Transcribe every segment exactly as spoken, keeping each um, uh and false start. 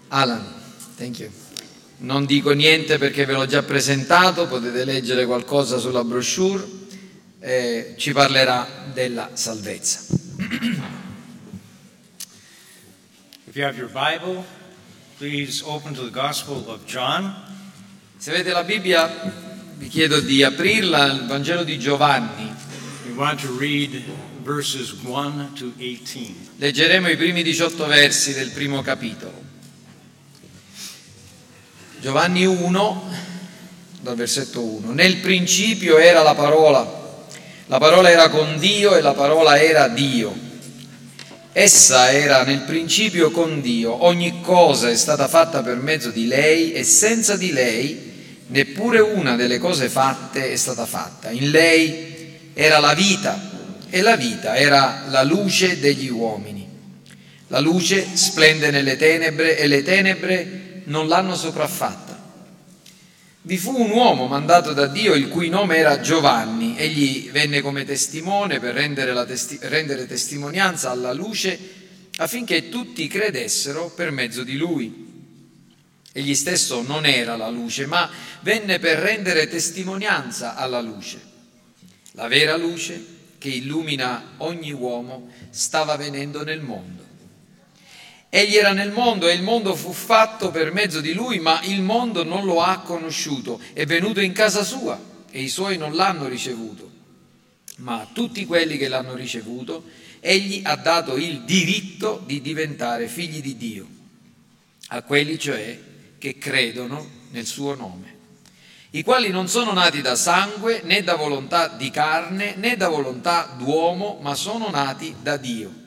Alan, thank you. Non dico niente perché ve l'ho già presentato, potete leggere qualcosa sulla brochure, eh, ci parlerà della salvezza. If you have your Bible, please open to the Gospel of John. Se avete la Bibbia, vi chiedo di aprirla al Vangelo di Giovanni. We want to read verses one to eighteen. Leggeremo i primi diciotto versi del primo capitolo. Giovanni uno, dal versetto uno. Nel principio era la parola, la parola era con Dio e la parola era Dio. Essa era nel principio con Dio, ogni cosa è stata fatta per mezzo di lei e senza di lei neppure una delle cose fatte è stata fatta. In lei era la vita e la vita era la luce degli uomini. La luce splende nelle tenebre e le tenebre non l'hanno sopraffatta. Vi fu un uomo mandato da Dio il cui nome era Giovanni. Egli venne come testimone per rendere, la testi- rendere testimonianza alla luce affinché tutti credessero per mezzo di lui. Egli stesso non era la luce, ma venne per rendere testimonianza alla luce. La vera luce che illumina ogni uomo stava venendo nel mondo. Egli era nel mondo e il mondo fu fatto per mezzo di lui, ma il mondo non lo ha conosciuto. È venuto in casa sua e i suoi non l'hanno ricevuto. Ma a tutti quelli che l'hanno ricevuto, egli ha dato il diritto di diventare figli di Dio. A quelli cioè che credono nel suo nome, i quali non sono nati da sangue, né da volontà di carne, né da volontà d'uomo, ma sono nati da Dio.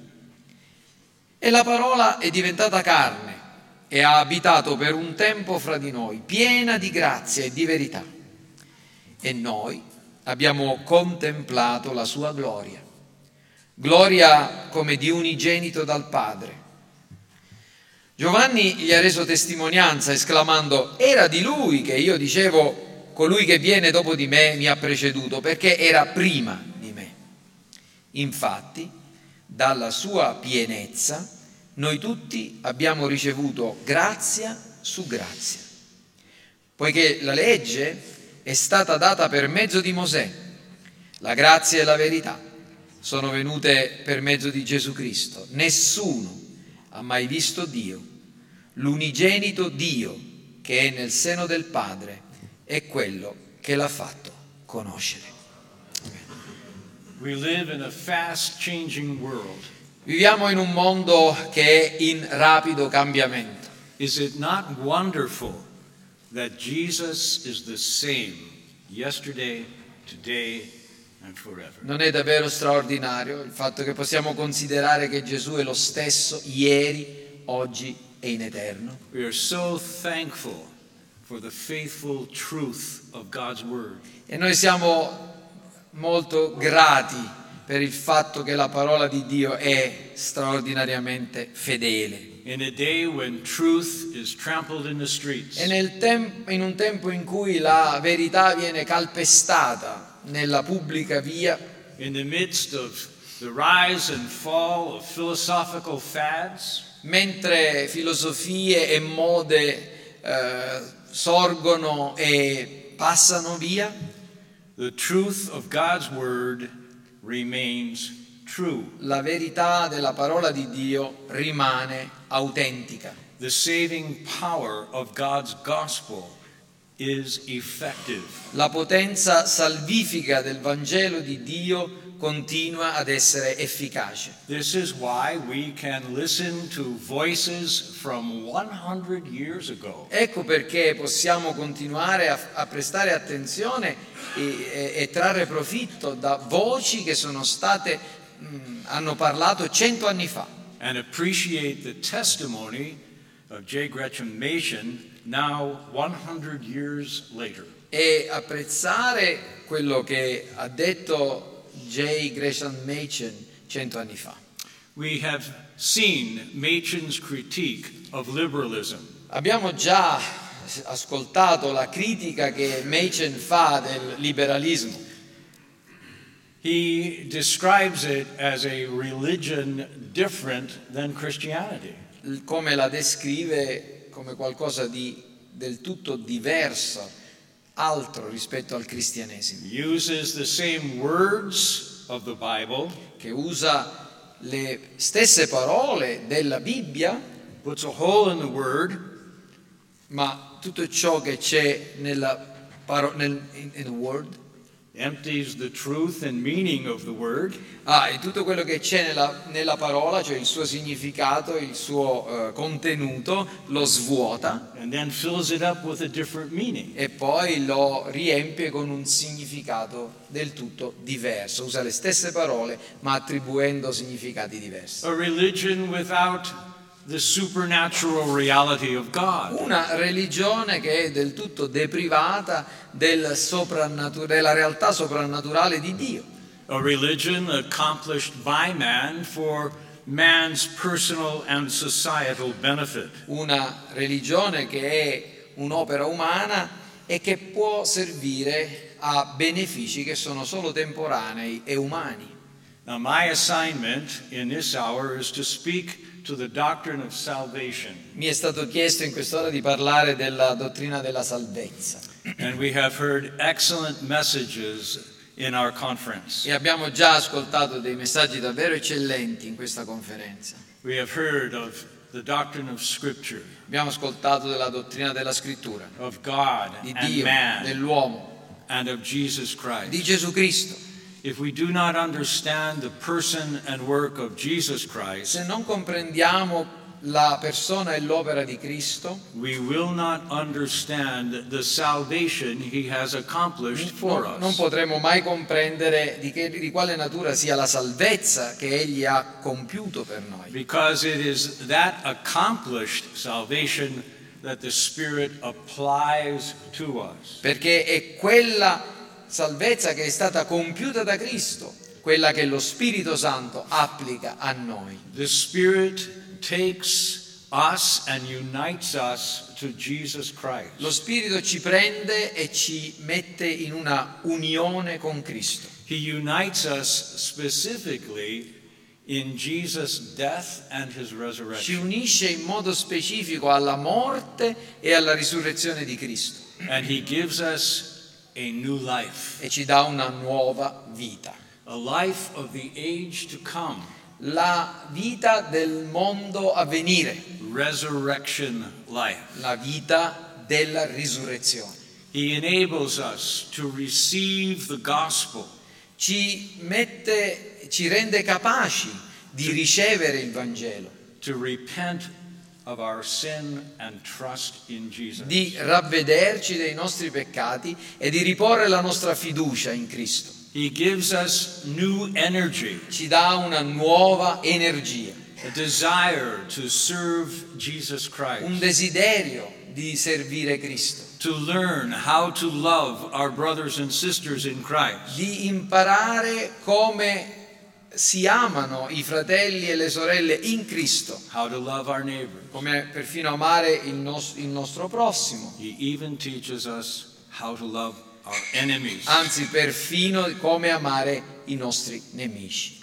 E la parola è diventata carne e ha abitato per un tempo fra di noi, piena di grazia e di verità. E noi abbiamo contemplato la sua gloria, gloria come di unigenito dal Padre. Giovanni gli ha reso testimonianza esclamando: era di lui che io dicevo, colui che viene dopo di me mi ha preceduto, perché era prima di me. Infatti, dalla sua pienezza noi tutti abbiamo ricevuto grazia su grazia, poiché la legge è stata data per mezzo di Mosè, la grazia e la verità sono venute per mezzo di Gesù Cristo. Nessuno ha mai visto Dio, l'unigenito Dio che è nel seno del Padre è quello che l'ha fatto conoscere. We live in a fast changing world. Viviamo in un mondo che è in rapido cambiamento. Is it not wonderful that Jesus is the same yesterday, today and forever? Non è davvero straordinario il fatto che possiamo considerare che Gesù è lo stesso ieri, oggi e in eterno? We are so thankful for the faithful truth of God's word. E noi siamo molto grati per il fatto che la parola di Dio è straordinariamente fedele. In a day when truth is trampled in the streets. E nel tempo, in un tempo in cui la verità viene calpestata nella pubblica via, in the midst of the rise and fall of philosophical fads, mentre filosofie e mode eh, sorgono e passano via, the truth of God's word remains true. La verità della parola di Dio rimane autentica. The saving power of God's gospel is effective. La potenza salvifica del Vangelo di Dio continua ad essere efficace. This is why we can listen to voices from one hundred years ago. Ecco perché possiamo continuare a, a prestare attenzione e, e, e trarre profitto da voci che sono state, mh, hanno parlato cento anni fa. And appreciate the testimony of J. Gresham Machen now one hundred years later. E apprezzare quello che ha detto J. Gresham Machen cento anni fa. We have seen Machen's critique of liberalism. Abbiamo già ascoltato la critica che Machen fa del liberalismo. He describes it as a religion different than Christianity. Come la descrive come qualcosa di del tutto diverso, altro rispetto al cristianesimo, uses the same words of the Bible, che usa le stesse parole della Bibbia, puts a hole in the word, ma tutto ciò che c'è nella paro- nel in, in the word, empties the truth and meaning of the word, ah, e tutto quello che c'è nella, nella parola, cioè il suo significato, il suo eh, contenuto, lo svuota and then fills it up with a different meaning. e poi lo riempie con un significato del tutto diverso. Usa le stesse parole ma attribuendo significati diversi. A religion without the supernatural reality of God. Una religione che è del tutto deprivata del soprannatur- della realtà soprannaturale di Dio. A religion accomplished by man for man's personal and societal benefit. Una religione che è un'opera umana e che può servire a benefici che sono solo temporanei e umani. Now, my assignment in this hour is to speak to the doctrine of salvation. Mi è stato chiesto in quest'ora di parlare della dottrina della salvezza And we have heard excellent messages in our conference. e abbiamo già ascoltato dei messaggi davvero eccellenti in questa conferenza. We have heard of the doctrine of Scripture, Abbiamo ascoltato della dottrina della scrittura, of God di and Dio, man, dell'uomo, and of Jesus di Christ. Gesù Cristo. If we do not understand the person and work of Jesus Christ, Se non comprendiamo la persona e l'opera di Cristo, we will not understand the salvation He has accomplished for non non us. potremo mai comprendere di, che, di quale natura sia la salvezza che Egli ha compiuto per noi. Because it is that accomplished salvation that the Spirit applies to us. Perché è quella salvezza che è stata compiuta da Cristo, quella che lo Spirito Santo applica a noi. The Spirit takes us and unites us to Jesus Christ. Lo Spirito ci prende e ci mette in una unione con Cristo. He unites us specifically in Jesus' death and His Ci resurrection. unisce in modo specifico alla morte e alla risurrezione di Cristo And He gives us a new life, e ci dà una nuova vita. a life of the age to come, La vita del mondo a venire, resurrection life. la vita della risurrezione. He enables us to receive the gospel, Ci mette, ci rende capaci di ricevere il Vangelo, to repent of our sin and trust in Jesus. di ravvederci dei nostri peccati e di riporre la nostra fiducia in Cristo. He gives us new energy, Ci dà una nuova energia, a desire to serve Jesus un Christ, desiderio di servire Cristo, to learn how to love our brothers and sisters in Christ, di imparare come si amano i fratelli e le sorelle in Cristo, how to love our neighbors. come perfino amare il, nos- il nostro prossimo, He even teaches us how to love our enemies. anzi perfino come amare i nostri nemici.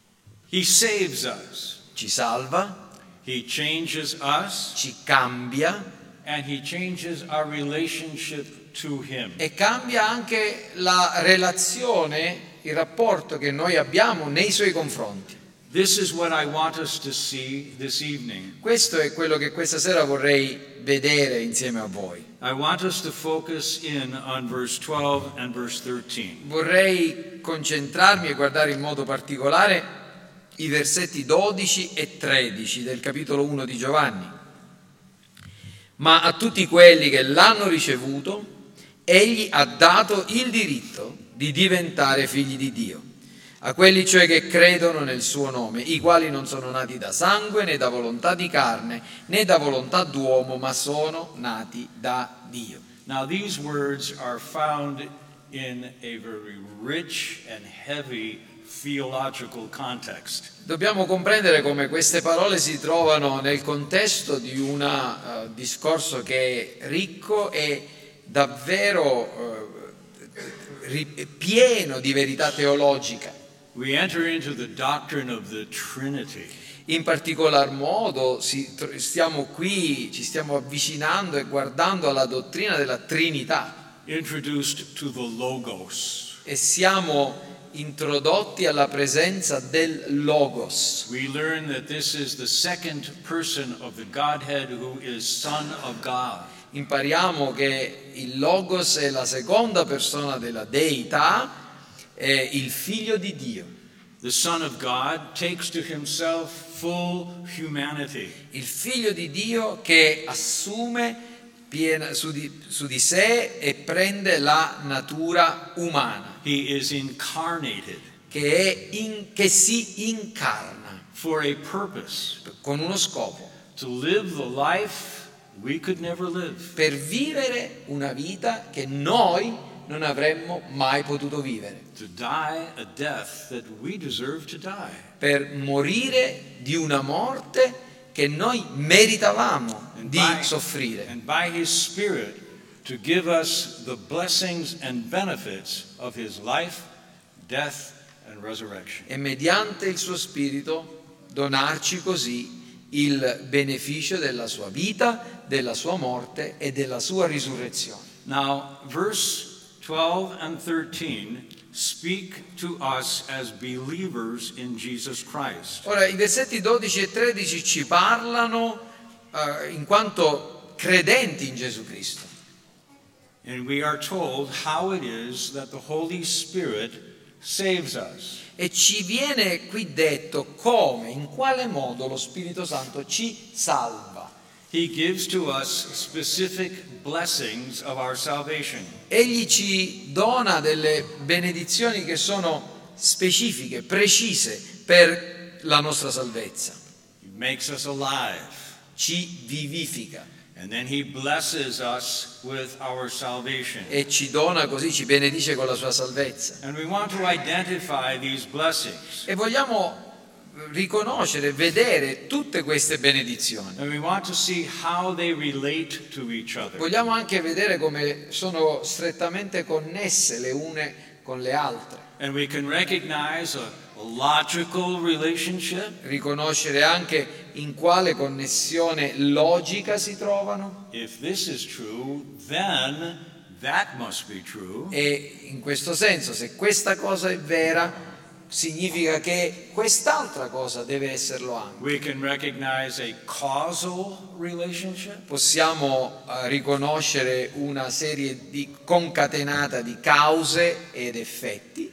He saves us. Ci salva, He changes us, ci cambia and He changes our relationship to Him. e cambia anche la relazione, il rapporto che noi abbiamo nei suoi confronti. This is what I want us to see this evening. Questo è quello che questa sera vorrei vedere insieme a voi. I want us to focus in on verse twelve and verse thirteen. Vorrei concentrarmi e guardare in modo particolare i versetti dodici e tredici del capitolo uno di Giovanni. Ma a tutti quelli che l'hanno ricevuto, Egli ha dato il diritto di diventare figli di Dio, a quelli cioè che credono nel suo nome, i quali non sono nati da sangue, né da volontà di carne, né da volontà d'uomo, ma sono nati da Dio. Now these words are found in a very rich and heavy theological context. Dobbiamo comprendere come queste parole si trovano nel contesto di un uh, discorso che è ricco e davvero uh, ri- pieno di verità teologica. We enter into the doctrine of the Trinity. In particolar modo si, stiamo qui, ci stiamo avvicinando e guardando alla dottrina della Trinità. Introduced to the Logos. E siamo introdotti alla presenza del Logos. We learn that this is the second person of the Godhead who is Son of God. Impariamo che il Logos è la seconda persona della Deità, è il Figlio di Dio. The Son of God takes to himself full humanity. Il Figlio di Dio che assume piena, su, di, su di sé e prende la natura umana. He is incarnated. Che, è in, che si incarna. For a purpose. Con uno scopo. To live the life we could never live. Per vivere una vita che noi non avremmo mai potuto vivere. To die a death that we deserve to die. Per morire di una morte che noi meritavamo And di by, soffrire. And by his Spirit to give us the blessings and benefits of his life, death and resurrection. E mediante il suo Spirito donarci così il beneficio della sua vita, della sua morte e della sua risurrezione. Now, verse twelve and thirteen speak to us as believers in Jesus Christ. Ora, i versetti dodici e tredici ci parlano uh, in quanto credenti in Gesù Cristo. And we are told how it is that the Holy Spirit saves us. E ci viene qui detto come, in quale modo lo Spirito Santo ci salva. He gives to us specific blessings of our salvation. Egli ci dona delle benedizioni che sono specifiche, precise per la nostra salvezza. He makes us alive. Ci vivifica. And then he blesses us with our salvation. E ci dona così, ci benedice con la sua salvezza. And we want to identify these blessings. E vogliamo riconoscere, vedere tutte queste benedizioni. And we want to see how they relate to each other. Vogliamo anche vedere come sono strettamente connesse le une con le altre. And we can recognize a, a logical relationship. Riconoscere anche in quale connessione logica si trovano. If this is true, then that must be true. E in questo senso, se questa cosa è vera, significa che quest'altra cosa deve esserlo anche. We can recognize a causal relationship. Possiamo uh, riconoscere una serie di concatenata di cause ed effetti.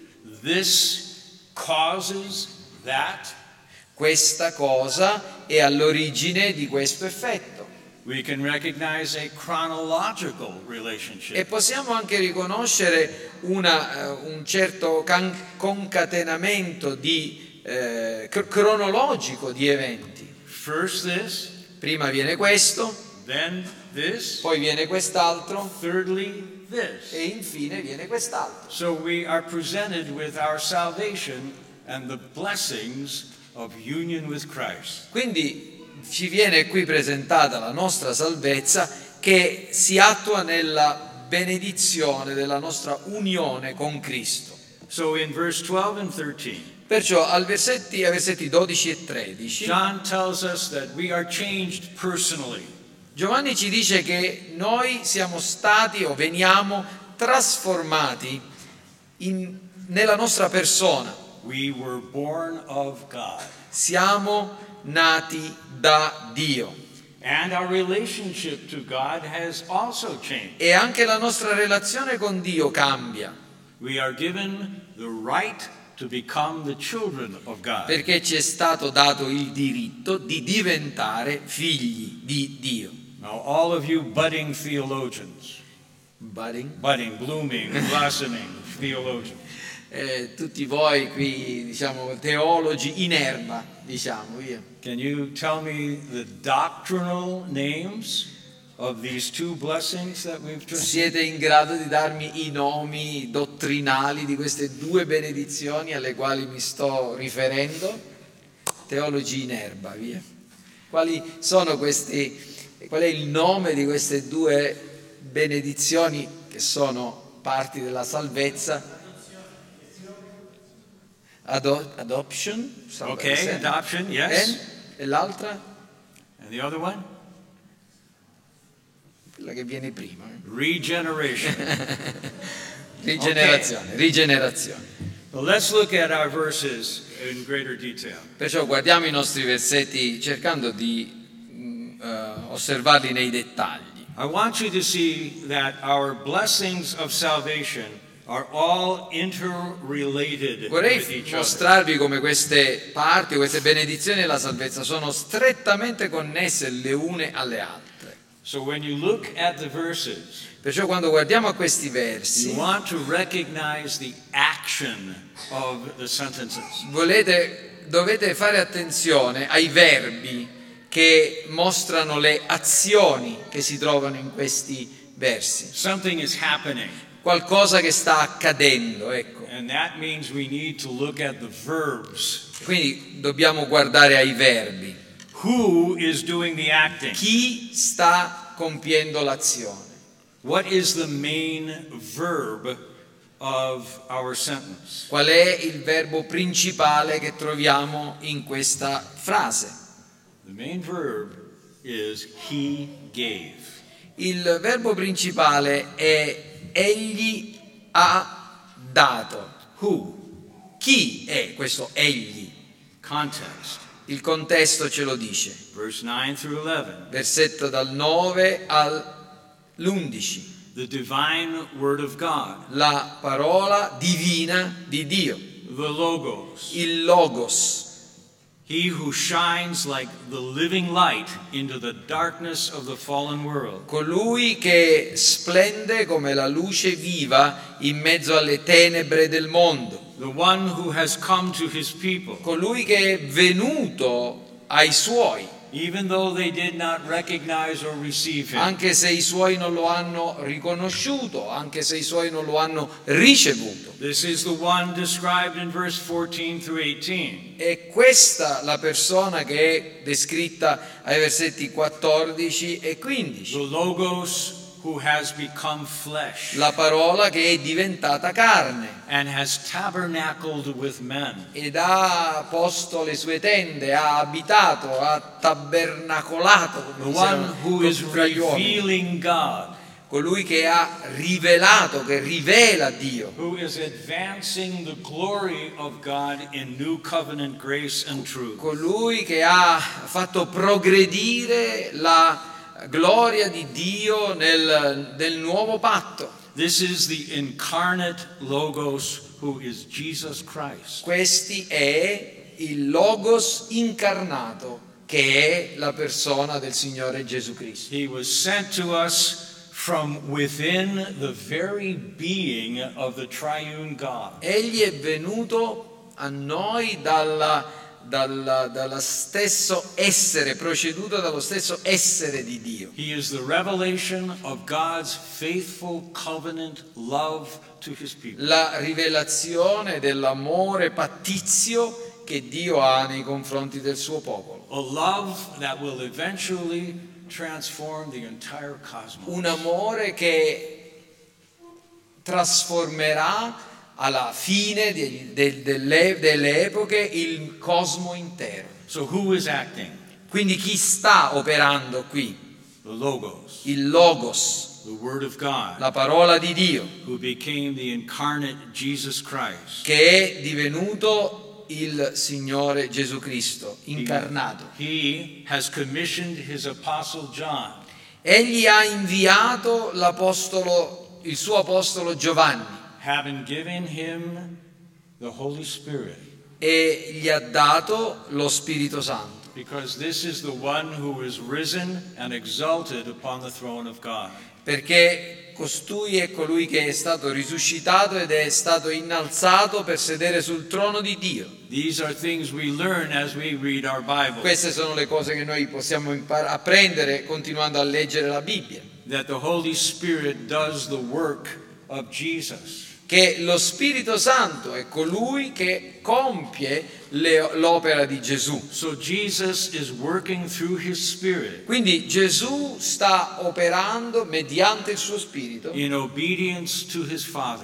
This causes that. Questa cosa è all'origine di questo effetto. We can recognize a chronological relationship. E possiamo anche riconoscere una, uh, un certo can- concatenamento di, eh, cr- cronologico di eventi. First this, Prima viene questo, then this, poi viene quest'altro thirdly this. e infine viene quest'altro. So we are presented with our salvation and the blessings of union with Christ. Quindi ci viene qui presentata la nostra salvezza che si attua nella benedizione della nostra unione con Cristo. So in verse twelve and thirteen, Perciò al versetti, ai versetti dodici e tredici, John tells us that we are changed personally. Giovanni ci dice che noi siamo stati o veniamo trasformati in, nella nostra persona. We were born of God. Siamo nati da Dio. And our relationship to God has also changed. E anche la nostra relazione con Dio cambia. We are given the right to become the children of God. Perché ci è stato dato il diritto di diventare figli di Dio. Now, all of you budding theologians, Budding. budding, blooming, blossoming theologians, Eh, tutti voi qui, diciamo, teologi in erba, diciamo, via. can you tell me the doctrinal names of these two blessings that we've just seen? Siete in grado di darmi i nomi dottrinali di queste due benedizioni alle quali mi sto riferendo? Teologi in erba, via. Quali sono questi, qual è il nome di queste due benedizioni che sono parti della salvezza? Ado- adoption, Okay, adoption, yes. And E l'altra? And the other one? Quella che viene prima. Regeneration. Rigenerazione, rigenerazione. Well, let's look at our verses in greater detail. Perciò guardiamo i nostri versetti cercando di uh, osservarli nei dettagli. I want you to see that our blessings of salvation are all interrelated Vorrei with each other. mostrarvi come queste parti, queste benedizioni della salvezza sono strettamente connesse le une alle altre. So when you look at the verses, Perciò quando guardiamo a questi versi, you want to recognize the action of the sentences. volete, dovete fare attenzione ai verbi che mostrano le azioni che si trovano in questi versi. Something is happening, Qualcosa che sta accadendo, ecco. and that means we need to look at the verbs. Quindi dobbiamo guardare ai verbi. Who is doing the acting? Chi sta compiendo l'azione? What is the main verb of our sentence? Qual è il verbo principale che troviamo in questa frase? The main verb is he gave. Il verbo principale è egli ha dato. Who? Chi è questo egli? Context. Il contesto ce lo dice. Verse nine through eleven. Versetto dal nove all'undici. The divine word of God. La parola divina di Dio. The Logos. Il Logos. He who shines like the living light into the darkness of the fallen world. Colui che splende come la luce viva in mezzo alle tenebre del mondo. The one who has come to his people. Colui che è venuto ai suoi, Even though they did not recognize or receive him. anche se i suoi non lo hanno riconosciuto, anche se i suoi non lo hanno ricevuto. This is the one described in verse fourteen through eighteen. È questa la persona che è descritta ai versetti quattordici e The quindici. Logos who has become flesh La parola che è diventata carne and has tabernacled with men. ed ha posto le sue tende, ha abitato, ha tabernacolato, The come one dicevano who is tra gli uomini. revealing God, Colui che ha rivelato, che rivela Dio, who is advancing the glory of God in new covenant grace and truth. colui che ha fatto progredire la gloria di Dio nel, nel nuovo patto. This is the incarnate Logos who is Jesus Christ. Questi è il Logos incarnato, che è la persona del Signore Gesù Cristo. He was sent to us from within the very being of the triune God. Egli è venuto a noi dalla Dal, dallo stesso essere, proceduto dallo stesso essere di Dio. He is the revelation of God's faithful covenant love to his people. La rivelazione dell'amore pattizio che Dio ha nei confronti del suo popolo. A love that will eventually transform the entire cosmos. Un amore che trasformerà alla fine di- de- delle, delle epoche il cosmo intero. So who is acting? Quindi chi sta operando qui? The Logos, Il Logos, the Word of God, la parola di Dio, who became the incarnate Jesus Christ. che è divenuto il Signore Gesù Cristo, incarnato. He has commissioned his apostle John Egli ha inviato l'apostolo, il suo apostolo Giovanni, having given him the Holy Spirit, e gli ha dato lo Spirito Santo, because this is the one who is risen and exalted upon the throne of God. perché costui è colui che è stato risuscitato ed è stato innalzato per sedere sul trono di Dio. These are things we learn as we read our Bible, Queste sono le cose che noi possiamo impar- apprendere continuando a leggere la Bibbia, that the Holy Spirit does the work of Jesus. che lo Spirito Santo è colui che compie le- l'opera di Gesù. So Jesus is working through his Spirit Quindi Gesù sta operando mediante il suo Spirito, in obedience to his Father.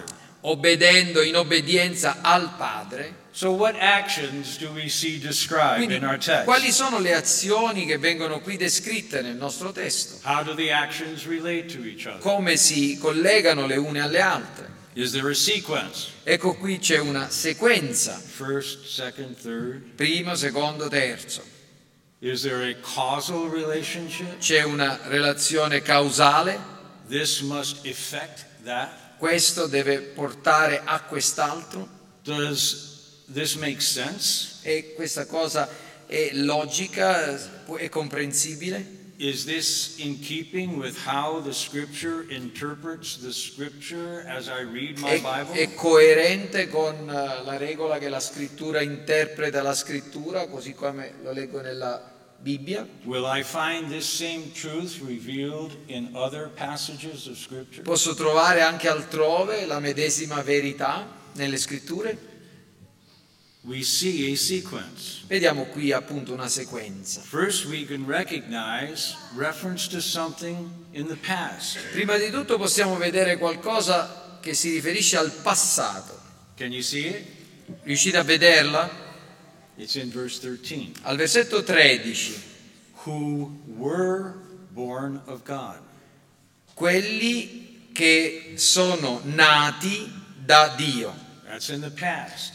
obbedendo in obbedienza al Padre. So what actions do we see described Quindi, in our text? quali sono le azioni che vengono qui descritte nel nostro testo? How do the actions relate to each other? Come si collegano le une alle altre? Is there a sequence? Ecco, qui c'è una sequenza, First, second, third. primo, secondo, terzo. Is there a causal relationship? C'è una relazione causale, This must affect that. questo deve portare a quest'altro, Does this make sense? e questa cosa è logica, è comprensibile. Is this in keeping with how the Scripture interprets the Scripture as I read my È, Bible? è coerente con eh, la regola che la scrittura interpreta la scrittura, così come lo leggo nella Bibbia? Will I find this same truth revealed in other passages of Scripture? Posso trovare anche altrove la medesima verità nelle scritture? We see a sequence. Vediamo qui appunto una sequenza. First, we can recognize reference to something in the past. Prima di tutto possiamo vedere qualcosa che si riferisce al passato. Can you see it? Riuscite a vederla? It's in verse thirteen. Al versetto tredici. Who were born of God. Quelli che sono nati da Dio. That's in the past.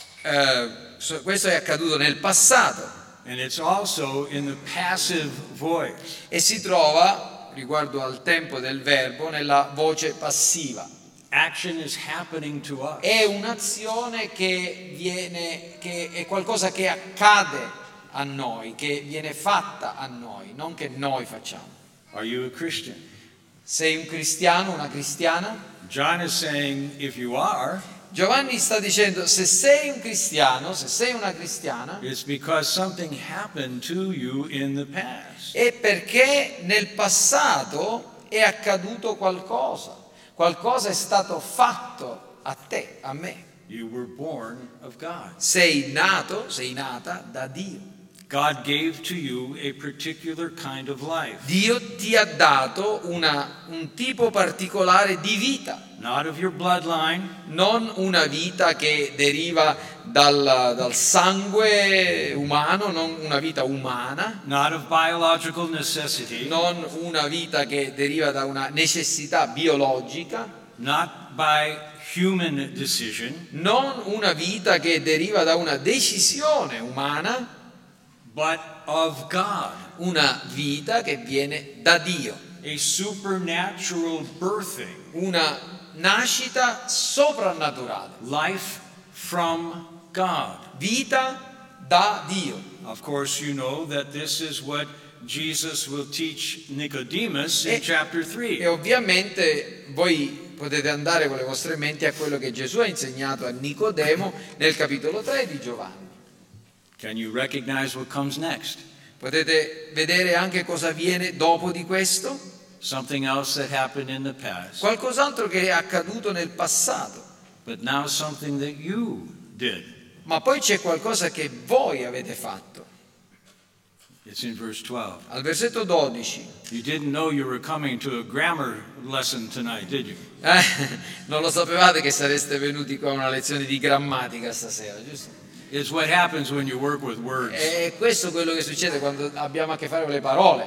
Eh, so- questo è accaduto nel passato And it's also in the passive voice. e si trova, riguardo al tempo del verbo, nella voce passiva. Action is happening to us. È un'azione che viene, che è qualcosa che accade a noi, che viene fatta a noi, non che noi facciamo. Are you a Christian? Sei un cristiano, una cristiana? John is saying, if you are, Giovanni sta dicendo, se sei un cristiano, se sei una cristiana, it's because something happened to you in the past. è perché nel passato è accaduto qualcosa, qualcosa è stato fatto a te, a me. You were born of God. Sei nato, sei nata da Dio. God gave to you a particular kind of life, Dio ti ha dato una, un tipo particolare di vita, not of your bloodline, non una vita che deriva dal, dal sangue umano, non una vita umana, not of biological necessity, non una vita che deriva da una necessità biologica, not by human decision, non una vita che deriva da una decisione umana, but of God. una vita che viene da Dio, A supernatural birthing, una nascita soprannaturale, life from God. vita da Dio. Of course, you know that this is what Jesus will teach Nicodemus in E- chapter E three. ovviamente voi potete andare con le vostre menti a quello che Gesù ha insegnato a Nicodemo nel capitolo tre di Giovanni. Can you recognize what comes next? Potete vedere anche cosa viene dopo di questo? Something else that happened in the past, Qualcos'altro che è accaduto nel passato, but now something that you did. ma poi c'è qualcosa che voi avete fatto. It's in verse twelve. Al versetto dodici, You didn't know you were coming to a grammar lesson tonight, did you? eh, non lo sapevate che sareste venuti qua a una lezione di grammatica stasera, giusto? It's what happens when you work with words. E questo è quello che succede quando abbiamo a che fare con le parole.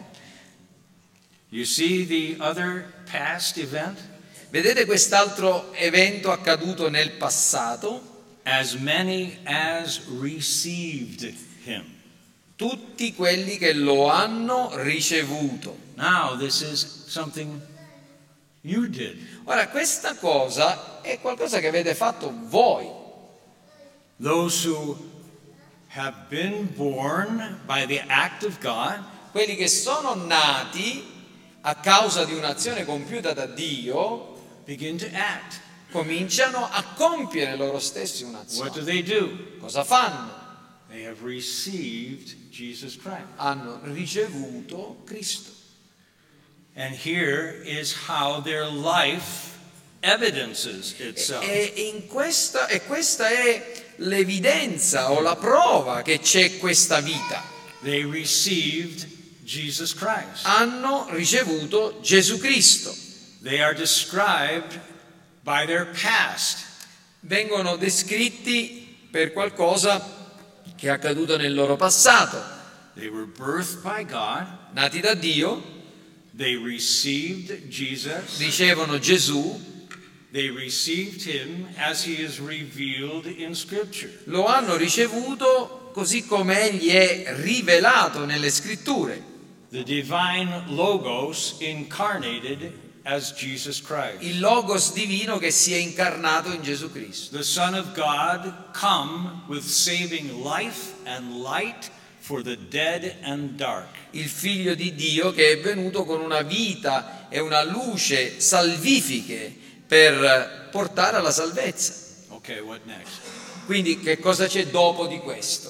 You see the other past event? Vedete quest'altro evento accaduto nel passato? As many as received him. Tutti quelli che lo hanno ricevuto. Now, this is something you did. Ora, questa cosa è qualcosa che avete fatto voi. Those who have been born by the act of God Quelli che sono nati a causa di un'azione compiuta da Dio begin to act. cominciano a compiere loro stessi What do un'azione. they do? Cosa fanno? They have received Jesus Christ. Hanno ricevuto Cristo. And here is how their life evidences itself. E, in questa, e questa è l'evidenza o la prova che c'è questa vita. They received Jesus Christ. Hanno ricevuto Gesù Cristo. They are described by their past. Vengono descritti per qualcosa che è accaduto nel loro passato. They were birthed by God. Nati da Dio, They received Jesus. ricevono Gesù, They received him as he is revealed in Scripture. lo hanno ricevuto così come egli è rivelato nelle scritture. The divine Logos incarnated as Jesus Christ. Il Logos divino che si è incarnato in Gesù Cristo. The Son of God come with saving life and light for the dead and dark. Il Figlio di Dio che è venuto con una vita e una luce salvifiche per portare alla salvezza. Okay, what next? Quindi che cosa c'è dopo di questo?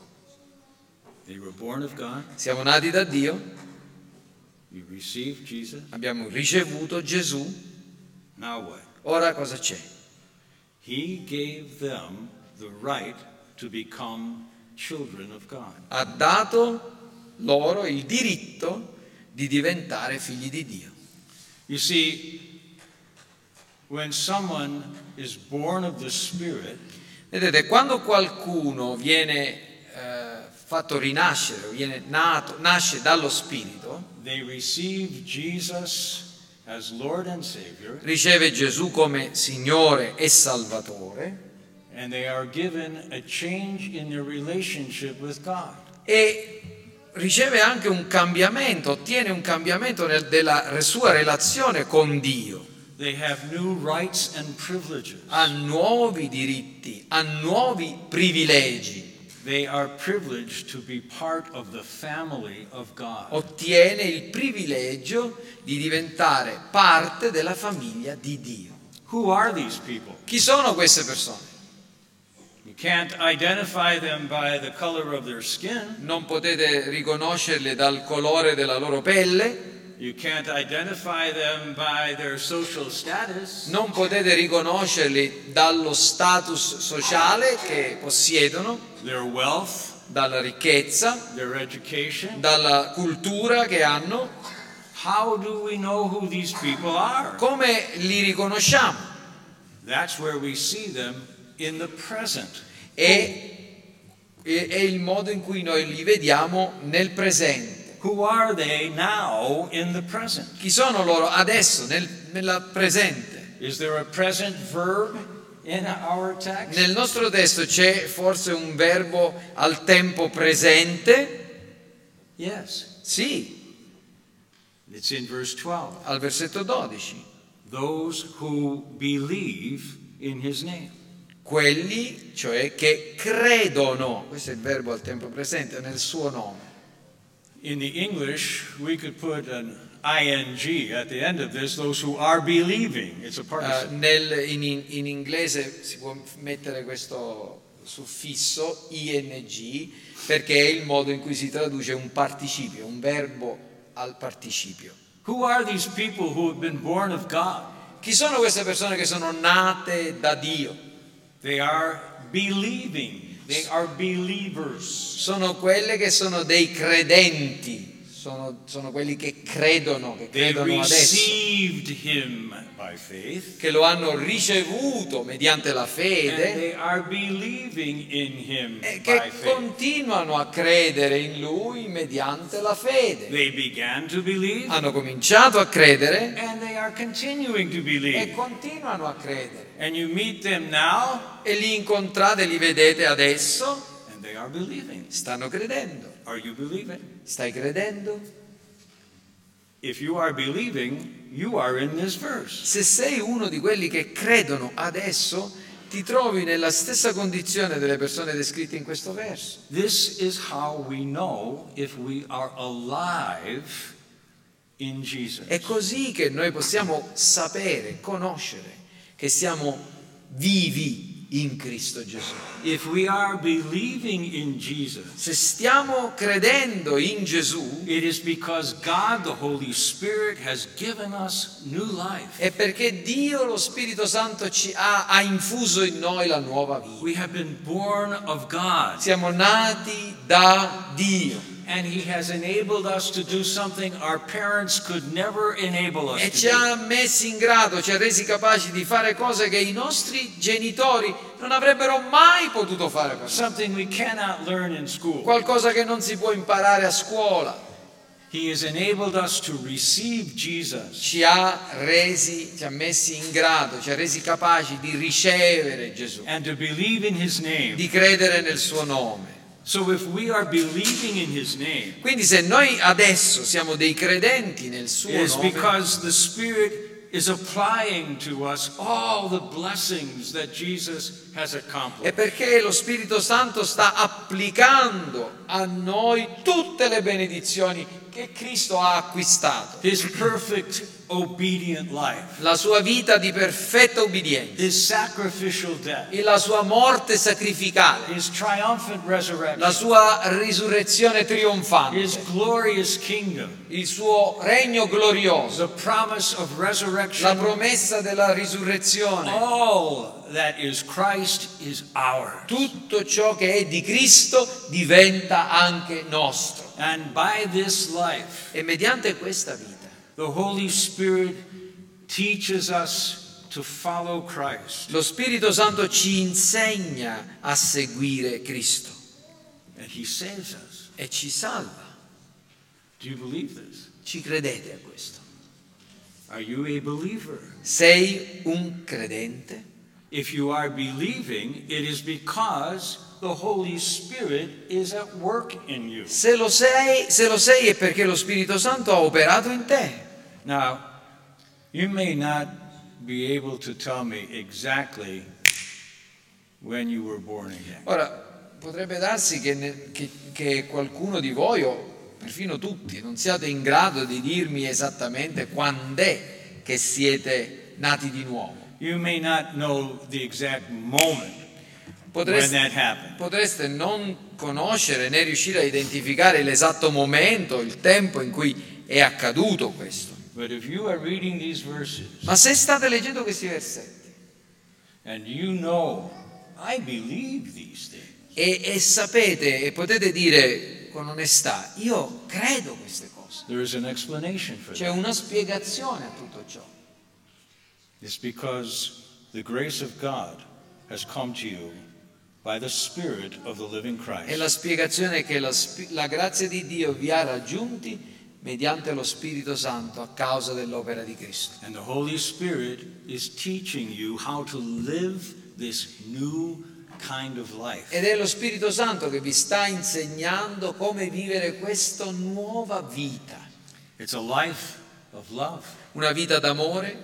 They were born of God. Siamo nati da Dio, You received Jesus. abbiamo ricevuto Gesù, Now what? ora cosa c'è? He gave them the right to become children of God. Ha dato loro il diritto di diventare figli di Dio. You see, when someone is born of the Spirit, Vedete, quando qualcuno viene eh, fatto rinascere, viene nato, nasce dallo Spirito, they receive Jesus as Lord and Savior, riceve Gesù come Signore e Salvatore and they are given a change in their relationship with God. e riceve anche un cambiamento, ottiene un cambiamento nel, della sua relazione con Dio. They have new rights and privileges. Ha nuovi diritti, ha nuovi privilegi, They are privileged to be part of the family of God. ottiene il privilegio di diventare parte della famiglia di Dio. Who are these people? Chi sono queste persone? You can't identify them by the color of their skin. Non potete riconoscerle dal colore della loro pelle, You can't identify them by their social status. non potete riconoscerli dallo status sociale che possiedono, Their wealth, dalla ricchezza, their education. dalla cultura che hanno. How do we know who these people are? Come li riconosciamo? That's where we see them in the present. È, è, è il modo in cui noi li vediamo nel presente. Who are they now in the present? Chi sono loro adesso, nel nella presente? Is there a present verb in our text? Nel nostro testo c'è forse un verbo al tempo presente? Yes. Sì, It's in verse twelve. al versetto dodici. Those who believe in his name. Quelli, cioè, che credono, questo è il verbo al tempo presente, nel suo nome. In the English, we could put an ing at the end of this, those who are believing. It's a Uh, participle. nel, in, in inglese si può mettere questo suffisso ing perché è il modo in cui si traduce un participio, un verbo al participio. Who are these people who have been born of God? Chi sono queste persone che sono nate da Dio? They are believing. They are believers. Sono quelle che sono dei credenti, sono, sono quelli che credono, che They credono adesso, received him by faith. che lo hanno ricevuto mediante la And fede they are believing in him e by che faith. continuano a credere in Lui mediante la fede. They began to believe Hanno cominciato a credere and they are continuing to e believe. continuano a credere. And you meet them now E li incontrate, li vedete adesso, and they are believing. stanno credendo. Are you believing? Stai credendo? If you are believing, you are in this verse. Se sei uno di quelli che credono adesso, ti trovi nella stessa condizione delle persone descritte in questo verso. This is how we know if we are alive in Jesus. È così che noi possiamo sapere, conoscere che siamo vivi in Cristo Gesù. If we are believing in Jesus, Se stiamo credendo in Gesù, it is because God, the Holy Spirit, has given us new life. è perché Dio, lo Spirito Santo, ci ha, ha infuso in noi la nuova vita. We have been born of God. Siamo nati da Dio And he has enabled us to do something our parents could never enable us e to ci do. ha messi in grado, ci ha resi capaci di fare cose che i nostri genitori non avrebbero mai potuto fare per noi. Something we cannot learn in school. Qualcosa che non si può imparare a scuola. He has enabled us to receive Jesus. Ci ha resi, ci ha messi in grado, ci ha resi capaci di ricevere Gesù, And to believe in his name. di credere nel suo nome. So if we are believing in his name, Quindi se noi adesso siamo dei credenti nel suo it is nome, because the Spirit is applying to us all the blessings that Jesus has è accomplished. perché lo Spirito Santo sta applicando a noi tutte le benedizioni che Cristo ha acquistato. His perfect obedient life, La sua vita di perfetta obbedienza, his sacrificial death, e la sua morte sacrificale, his triumphant la resurrection, sua risurrezione his trionfante, glorious kingdom, il suo regno glorioso, the promise of la resurrection, promessa della risurrezione. all that is Christ is ours. Tutto ciò che è di Cristo diventa anche nostro. And by this life, E mediante questa vita the Holy Spirit teaches us to follow Christ. lo Spirito Santo ci insegna a seguire Cristo And he saves us. e ci salva. Do you believe this? Ci credete a questo? Are you a believer? Sei un credente? If you are believing, it is because the Holy Spirit is at work in you. Se lo sei, se lo sei è perché lo Spirito Santo ha operato in te. Now, you may not be able to tell me exactly when you were born again. Ora, potrebbe darsi che, ne- che- che qualcuno di voi, o perfino tutti, non siate in grado di dirmi esattamente quando è che siete nati di nuovo. You may not know the exact moment when Potreste, that happened. potreste non conoscere né riuscire a identificare l'esatto momento, il tempo in cui è accaduto questo. But if you are reading these verses Ma se state leggendo questi versetti and you know, I believe these things, e, e sapete e potete dire con onestà, io credo queste cose, there is an explanation for c'è that. una spiegazione a tutto ciò. It's because the grace of God has come to you by the Spirit of the living E Christ. la spiegazione è che la, spi- la grazia di Dio vi ha raggiunti mediante lo Spirito Santo a causa dell'opera di Cristo. And the Holy Spirit is teaching you how to live this new kind of life. Ed è lo Spirito Santo che vi sta insegnando come vivere questa nuova vita, It's a life of love una vita d'amore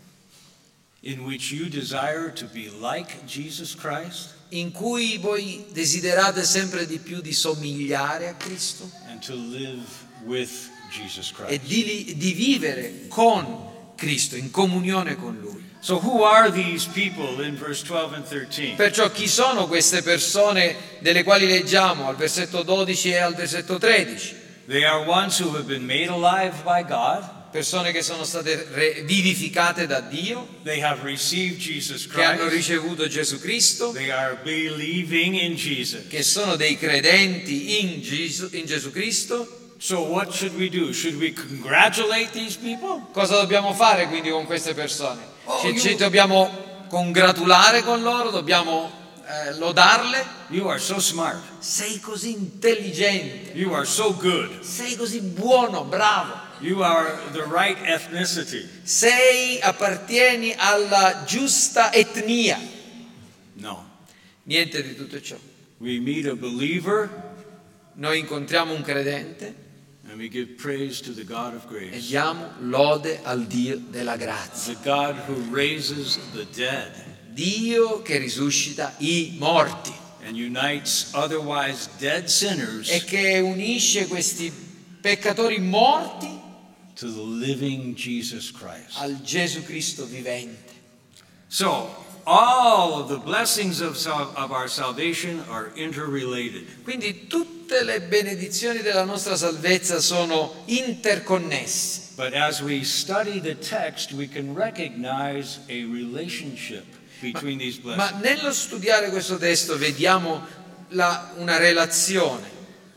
in which you desire to be like Jesus Christ in cui voi desiderate sempre di più di somigliare a Cristo and to live with Jesus e Christ. di, di vivere con Cristo, in comunione con Lui. So who are these people in verse twelve and thirteen? Perciò chi sono queste persone delle quali leggiamo al versetto dodici e al versetto tredici? They are ones who have been made alive by God. Persone che sono state re- vivificate da Dio, They have received Jesus che hanno Christ. ricevuto Gesù Cristo, They are believing in Jesus. che sono dei credenti in Gesù, in Gesù Cristo. So what should we do? Should we congratulate these people? Cosa dobbiamo fare quindi con queste persone? Oh, Ci, io- ci dobbiamo congratulare con loro, dobbiamo eh, lodarle? You are so smart. Sei così intelligente, You are so good. sei così buono, bravo, You are the right ethnicity. sei, appartieni alla giusta etnia. No. Niente di tutto ciò. We meet a believer Noi incontriamo un credente and we give praise to the God of e grace. diamo lode al Dio della grazia. The God who raises the dead Dio che risuscita i morti and unites otherwise dead sinners e che unisce questi peccatori morti to the living Jesus Christ. al Gesù Cristo vivente. So, all of the blessings of, sal- of our salvation are interrelated. Quindi tutte le benedizioni della nostra salvezza sono interconnesse. But as we study the text, we can recognize a relationship between these Ma blessings. nello studiare questo testo vediamo la- una relazione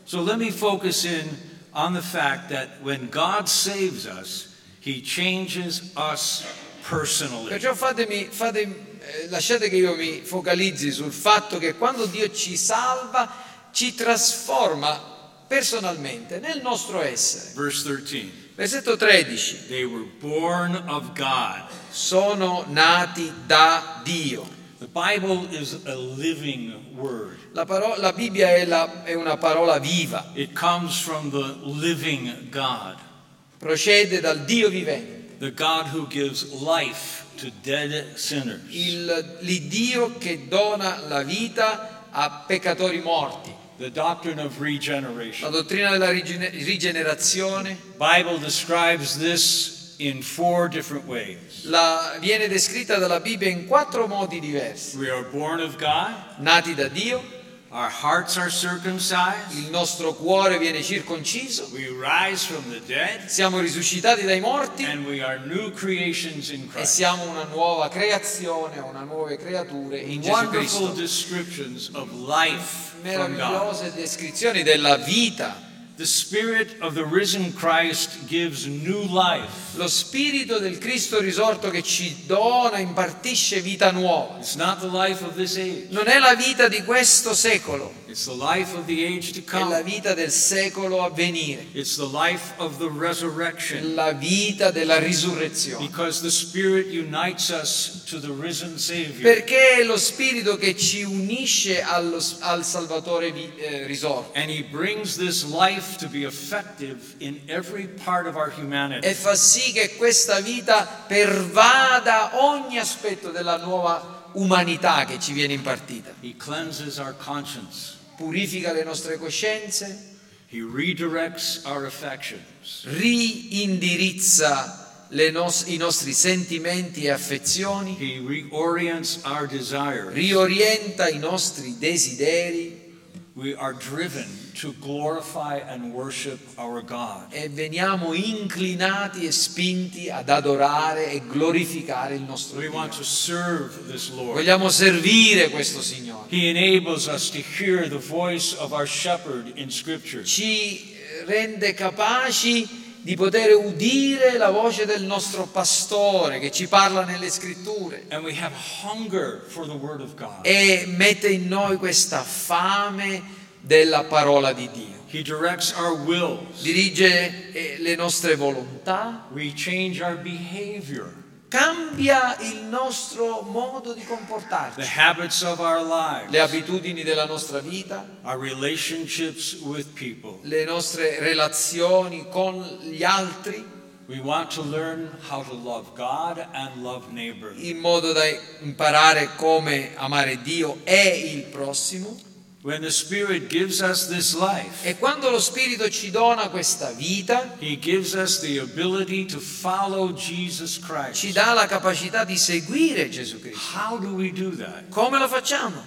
So let me focus in on the fact that when God saves us, He changes us personally. Perciò fatemi, fatemi, eh, lasciate che io mi focalizzi sul fatto che quando Dio ci salva, ci trasforma personalmente nel nostro essere. Verse thirteen. Versetto tredici. They were born of God. Sono nati da Dio. The Bible is a living word. La, parola, la Bibbia è, la, è una parola viva. It comes from the living God. Procede dal Dio vivente. The God who gives life to dead sinners. Il, l'Iddio che dona la vita a peccatori morti. The doctrine of La regeneration. dottrina della rigene- rigenerazione Bible describes this in four different ways. la, viene descritta dalla Bibbia in quattro modi diversi. We are born of God. Nati da Dio, Our hearts are circumcised. il nostro cuore viene circonciso, We rise from the dead. siamo risuscitati dai morti And we are new creations in e Christ. siamo una nuova creazione, una nuove creature in Gesù Wonderful Cristo. descriptions of life from God. Meravigliose descrizioni della vita. The Spirit of the risen Christ gives new life. Lo Spirito del Cristo risorto che ci dona, impartisce vita nuova. It's not the life of this age. Non è la vita di questo secolo, It's the life of the age to è la come. vita del secolo a venire, It's the life of the resurrection. la vita della risurrezione. Because the Spirit unites us to the risen Savior. Perché è lo Spirito che ci unisce allo, al Salvatore vi- eh, risorto And He brings this life to be effective in every part of our humanity. e fa sì che questa vita pervada ogni aspetto della nuova umanità che ci viene impartita. He cleanses our conscience. Purifica le nostre coscienze, He redirects our affections. riindirizza le nos- i nostri sentimenti e affezioni, He reorients our desires. riorienta i nostri desideri We are driven to glorify and worship our God. e veniamo inclinati e spinti ad adorare e glorificare il nostro We Dio. want to serve this Lord. Vogliamo servire questo Signore. He enables us to hear the voice of our shepherd in Scripture. Ci rende capaci di poter udire la voce del nostro pastore che ci parla nelle scritture And we have hunger for the Word of God. e mette in noi questa fame della parola di Dio. He directs our wills. Dirige eh, le nostre volontà, We change our behavior, cambia il nostro modo di the comportarci, habits of our le lives, abitudini della nostra vita, our relationships with people. le nostre relazioni con gli altri, We want to learn how to love God and love neighbor. in modo da imparare come amare Dio e il prossimo. When the Spirit gives us this life, E quando lo Spirito ci dona questa vita, He gives us the ability to follow Jesus ci Christ. dà la capacità di seguire Gesù Cristo. How do we do that? Come lo facciamo?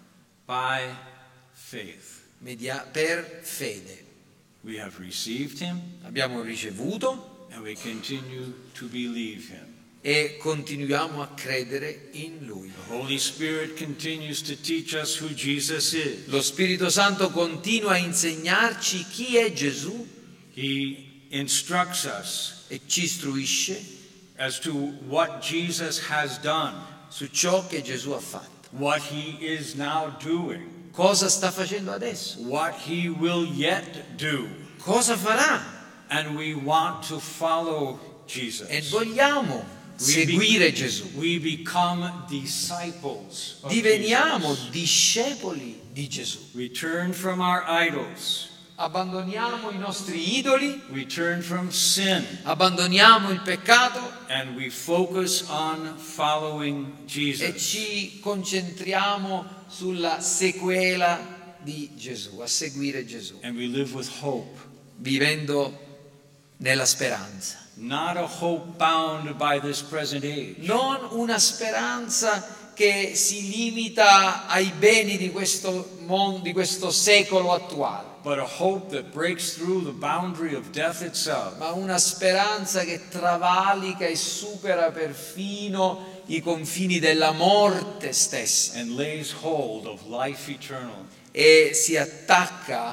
By faith. Media- per fede. We have received Him Abbiamo ricevuto and we continue to believe Him. e continuiamo a credere in Lui. The Holy Spirit continues to teach us who Jesus is. Lo Spirito Santo continua a insegnarci chi è Gesù He instructs us e ci istruisce as to what Jesus has done, su ciò che Gesù ha fatto. what He is now doing, Cosa sta facendo adesso? what He will yet do. Cosa farà? And we want to follow Jesus. E vogliamo We be- seguire Gesù. We become disciples of Diveniamo Jesus. discepoli di Gesù. We turn from our idols. Abbandoniamo i nostri idoli, We turn from sin. abbandoniamo il peccato And we focus on following e Jesus. ci concentriamo sulla sequela di Gesù, a seguire Gesù, And we live with hope. vivendo nella speranza. Not a hope bound by this present age. Non una speranza che si limita ai beni di questo mondo, di questo secolo attuale, But a hope that breaks through the boundary of death itself. ma una speranza che travalica e supera perfino i confini della morte stessa And lays hold of life eternal. e si attacca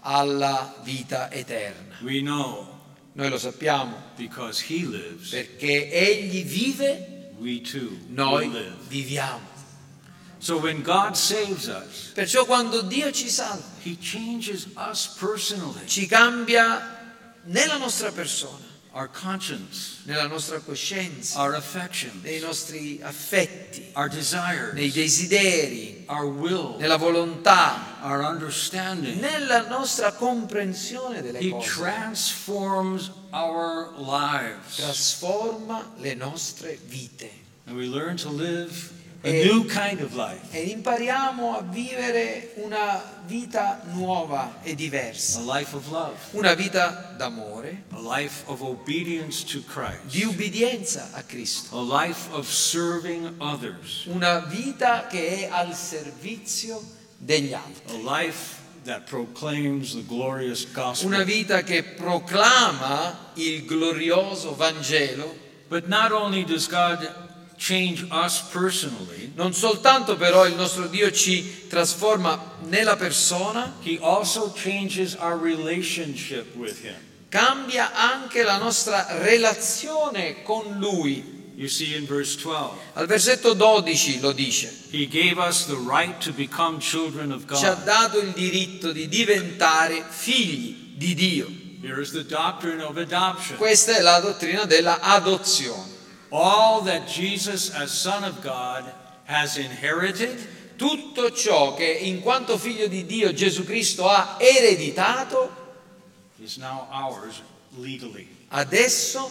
alla vita eterna. We know Noi lo sappiamo because he lives, perché Egli vive, we too noi will live. viviamo. So when God saves us, Perciò quando Dio ci salva, he changes us personally, ci cambia nella nostra persona, our conscience, nella nostra coscienza, our affections, nei nostri affetti, our desires, nei desideri, our will, nella volontà, our understanding. nella nostra comprensione delle He cose. transforms our lives. Trasforma le nostre vite. And we learn to live a E- new kind of life, E impariamo a vivere una vita nuova e a diversa. life of love, Una vita d'amore, a life of obedience to di Christ, ubbidienza a Cristo. a life of serving others, Una vita che è al servizio degli altri. a life that proclaims the glorious gospel. Una vita che proclama il glorioso Vangelo. But not only does God change us personally, Non soltanto però il nostro Dio ci trasforma nella persona, he also changes our relationship with him. cambia anche la nostra relazione con Lui. You see in verse twelve, Al versetto dodici lo dice: he gave us the right to become children of ci ha God. dato il diritto di diventare figli di Dio. Here is the doctrine of adoption. Questa è la dottrina della adozione. All that Jesus, as Son of God, has inherited, Tutto ciò che in quanto figlio di Dio Gesù Cristo ha ereditato, is now ours legally. adesso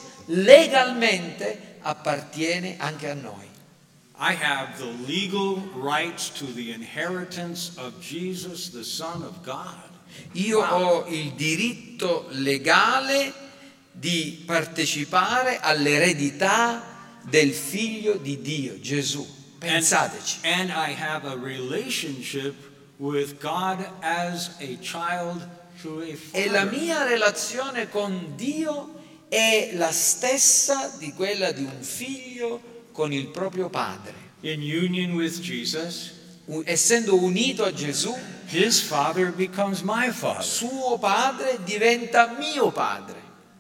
legalmente appartiene anche a noi. I have the legal rights to the inheritance of Jesus, the Son of God. Io Wow. ho il diritto legale di partecipare all'eredità del figlio di Dio, Gesù. Pensateci. And, and I have a relationship with God as a child to a E la father. mia relazione con Dio è la stessa di quella di un figlio con il proprio padre. In union with Jesus, U- Essendo unito a Gesù, his father becomes my father. suo padre diventa mio padre.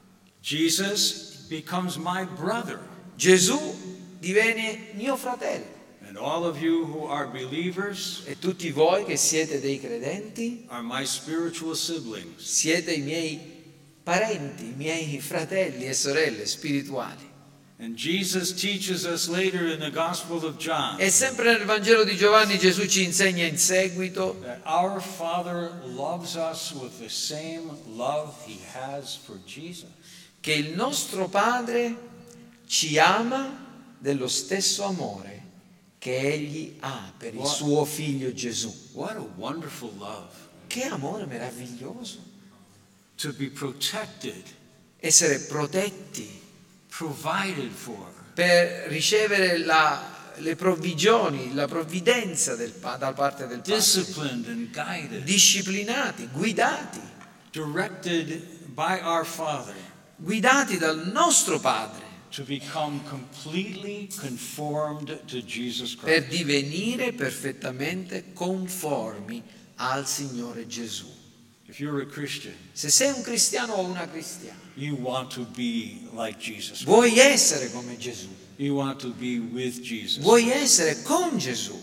Jesus becomes my brother. Gesù diviene mio fratello. And all of you who are believers E tutti voi che siete dei credenti, are my spiritual siblings. siete i miei parenti, i miei fratelli e sorelle spirituali. And Jesus teaches us later in the Gospel of John E sempre nel Vangelo di Giovanni Gesù ci insegna in seguito that our Father loves us with the same love he has for Jesus. che il nostro Padre ci ama dello stesso amore che Egli ha per il What? suo Figlio Gesù. What a wonderful love. Che amore meraviglioso! To be protected, Essere protetti provided for, per ricevere la, le provvigioni, la provvidenza del, pa- da parte del Padre. disciplined and guided, Disciplinati, guidati, directed by our Father guidati dal nostro Padre to become completely conformed to Jesus per Christ. divenire perfettamente conformi al Signore Gesù. If you're a Christian, Se sei un cristiano o una cristiana, you want to be like Jesus. vuoi essere come Gesù, You want to be with Jesus. vuoi essere con Gesù.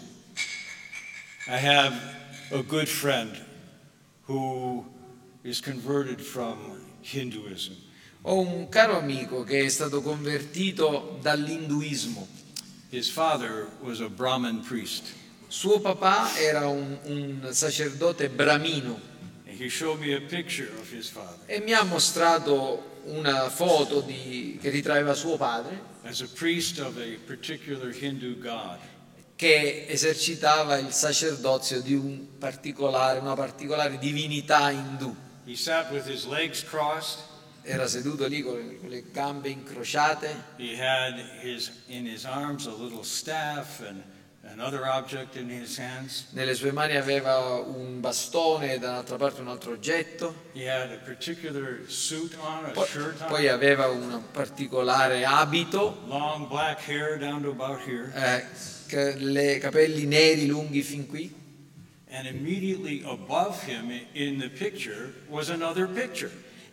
I have a good friend who is converted from Hinduism. Ho un caro amico che è stato convertito dall'induismo. His father was a Brahmin priest. Suo papà era un, un sacerdote bramino And he showed me a picture of his father e mi ha mostrato una foto di, che ritraeva suo padre as a priest of a particular Hindu god. che esercitava il sacerdozio di un particolare, una particolare divinità indù. He sat with his legs crossed. Era seduto lì con le, con le gambe incrociate, He had his in his arms a little staff and another object in his hands. nelle sue mani aveva un bastone e dall'altra parte un altro oggetto, He had a particular suit on, a poi, shirt on, poi aveva un particolare abito, long black hair down to about here. eh, ca- le capelli neri lunghi fin qui, And immediately above him in the picture was another picture.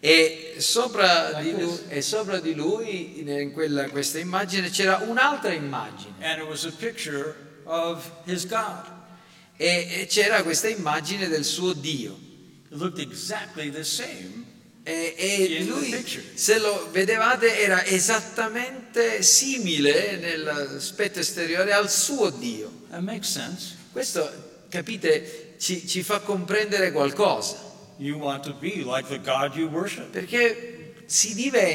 E sopra di lui, e sopra di lui in quella, questa immagine c'era un'altra immagine. And it was a picture of his God. E, e c'era questa immagine del suo Dio. It looked exactly the same. E, e lui, se lo vedevate, era esattamente simile nell'aspetto esteriore al suo Dio. That makes sense. Questo, capite, ci, ci fa comprendere qualcosa. You want to be like the God you worship. Perché si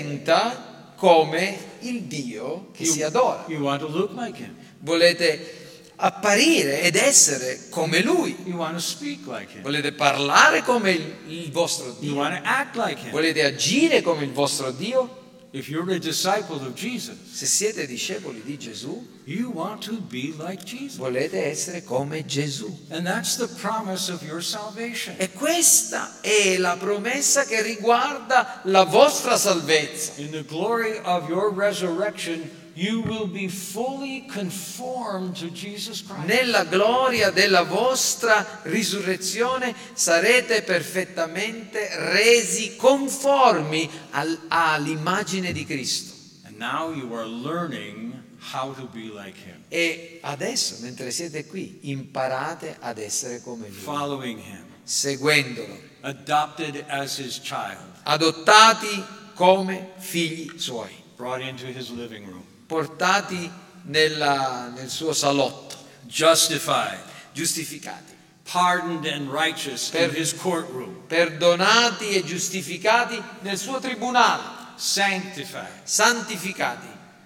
diventa come il Dio che You, si adora. you want to look like him. Volete apparire ed essere come Lui. You want to speak like him. Volete parlare come il, il vostro You Dio. want to act like him. Volete agire come il vostro Dio. If you're a disciple of Jesus, Se siete discepoli di Gesù, you want to be like Jesus. volete essere come Gesù. And that's the promise of your salvation. E questa è la promessa che riguarda la vostra salvezza. In the glory of your resurrection, you will be fully conformed to Jesus Christ. Nella gloria della vostra risurrezione sarete perfettamente resi conformi al, all'immagine di Cristo. And now you are learning how to be like him, E adesso, mentre siete qui, imparate ad essere come Lui, following him, seguendolo, adopted as his child, adottati come figli suoi, brought into his living room, portati nella- nel suo salotto, justified, giustificati, pardoned and righteous Per- in his courtroom, perdonati e giustificati nel suo tribunale, sanctified, santificati,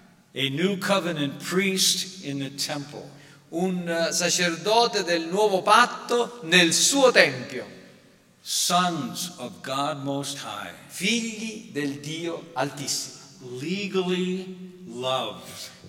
a new covenant priest in the temple, un eh, sacerdote del nuovo patto nel suo tempio, sons of God Most High, figli del Dio Altissimo, legally loved,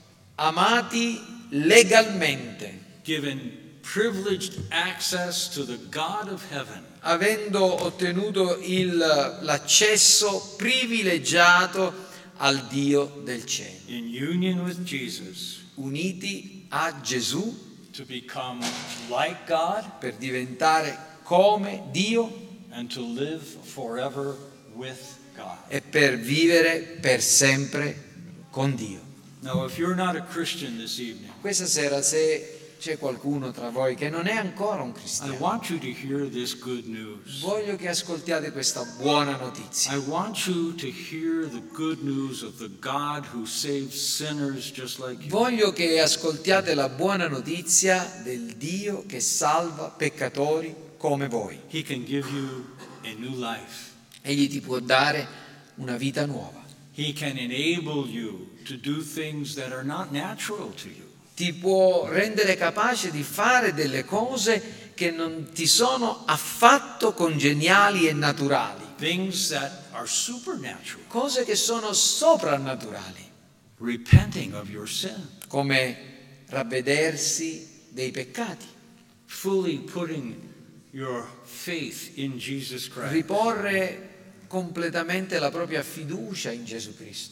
amati legalmente, given privileged access to the God of heaven, avendo ottenuto il- l'accesso privilegiato al Dio del cielo, in union with Jesus, uniti a Gesù to become like God per diventare come Dio and to live forever with God. e per vivere per sempre con Dio. Now, if you're not a Christian this evening, Questa sera, se c'è qualcuno tra voi che non è ancora un I cristiano, want you to hear this good news. voglio che ascoltiate questa buona notizia. I want you to hear the good news of the God who saves sinners just like you. Voglio che ascoltiate la buona notizia del Dio che salva peccatori come voi. He can give you a new life. Egli ti può dare una vita nuova. He can enable you to do things that are not natural to you. Ti può rendere capace di fare delle cose che non ti sono affatto congeniali e naturali, Things that are supernatural. cose che sono soprannaturali, Repenting of your sin. come ravvedersi dei peccati, Fully putting your faith in Jesus Christ. riporre completamente la propria fiducia in Gesù Cristo.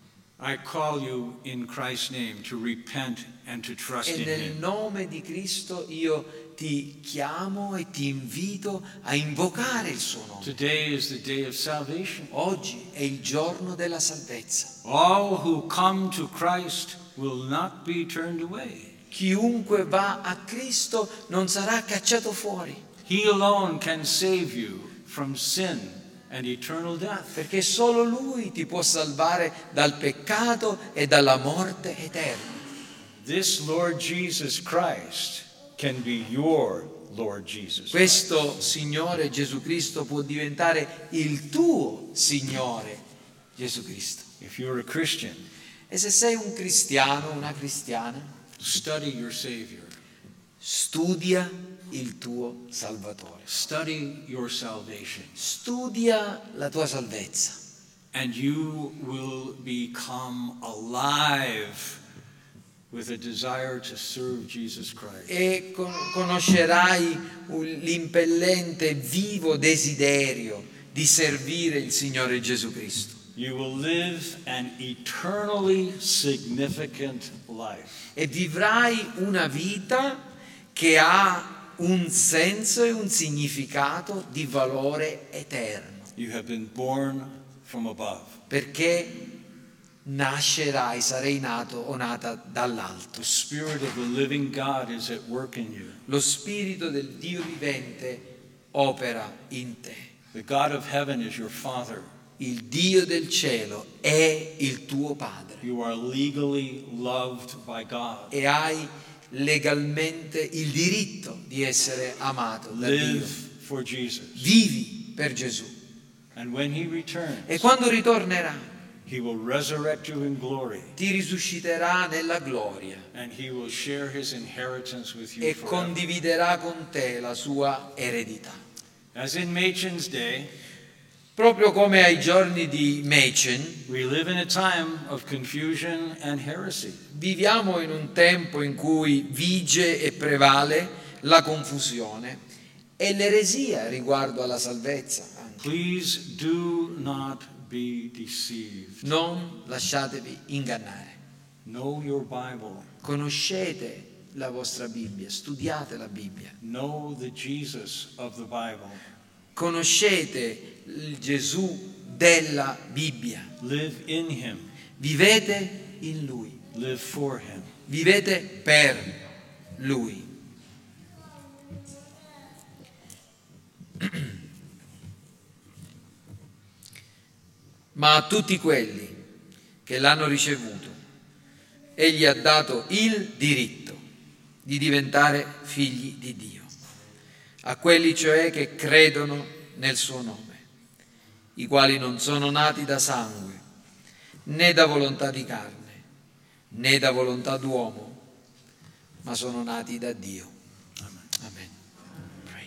I call you in Christ's name to repent and to trust E in nel Him. nome di Cristo io ti chiamo e ti invito a invocare il suo nome. Today is the day of salvation. Oggi è il giorno della salvezza. All who come to Christ will not be turned away. Chiunque va a Cristo non sarà cacciato fuori, He alone can save you from sin and eternal death. perché solo Lui ti può salvare dal peccato e dalla morte eterna. This Lord Jesus Christ can be your Lord Jesus Christ. Questo Signore Gesù Cristo può diventare il tuo Signore Gesù Cristo. If you're a Christian, E se sei un cristiano, una cristiana, study your Savior. studia il tuo Salvatore. Study your salvation. Studia la tua salvezza And you will become alive with a desire to serve Jesus Christ. e con- conoscerai un- l'impellente, vivo desiderio di servire il Signore Gesù Cristo. You will live an eternally significant life. E vivrai una vita che ha un senso e un significato di valore eterno, You have been born from above. perché nascerai, sarei nato o nata dall'alto. The Spirit of the living God is at work in you. Lo spirito del Dio vivente opera in te. The God of heaven is your Father. Il Dio del cielo è il tuo Padre You are legally loved by God. e hai legalmente il diritto di essere amato da Live Dio. for Jesus. Vivi per Gesù And when He returns, e quando ritornerà He will resurrect you in glory, ti risusciterà nella gloria and He will share His inheritance with you e forever. condividerà con te la sua eredità. As in Machen's day, Proprio come ai giorni di Machen, we live in a time of confusion and heresy. viviamo in un tempo in cui vige e prevale la confusione e l'eresia riguardo alla salvezza. Anche. Please do not be deceived. Non lasciatevi ingannare. Know your Bible. Conoscete la vostra Bibbia, studiate la Bibbia. Know the Jesus of the Bible. Conoscete il Gesù della Bibbia. Live in Him. Vivete in Lui. Live for Him. Vivete per Lui. Ma a tutti quelli che l'hanno ricevuto, Egli ha dato il diritto di diventare figli di Dio, a quelli cioè che credono nel suo nome, i quali non sono nati da sangue, né da volontà di carne, né da volontà d'uomo, ma sono nati da Dio. Amen. Pray.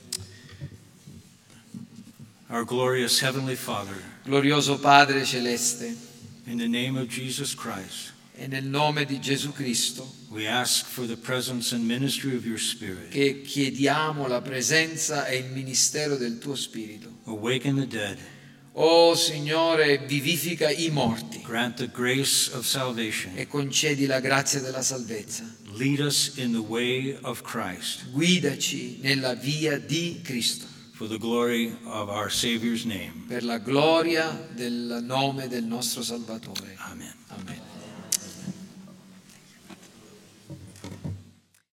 Our glorious Heavenly Father, Glorioso Padre Celeste, in the name of Jesus Christ, e nel nome di Gesù Cristo, we ask for the presence and ministry of your Spirit. che chiediamo la presenza e il ministero del tuo Spirito. Awaken the dead. O Signore, vivifica i morti Grant the grace of salvation. e concedi la grazia della salvezza. Lead us in the way of Christ, Guidaci nella via di Cristo, for the glory of our Savior's name. per la gloria del nome del nostro Salvatore. Amen.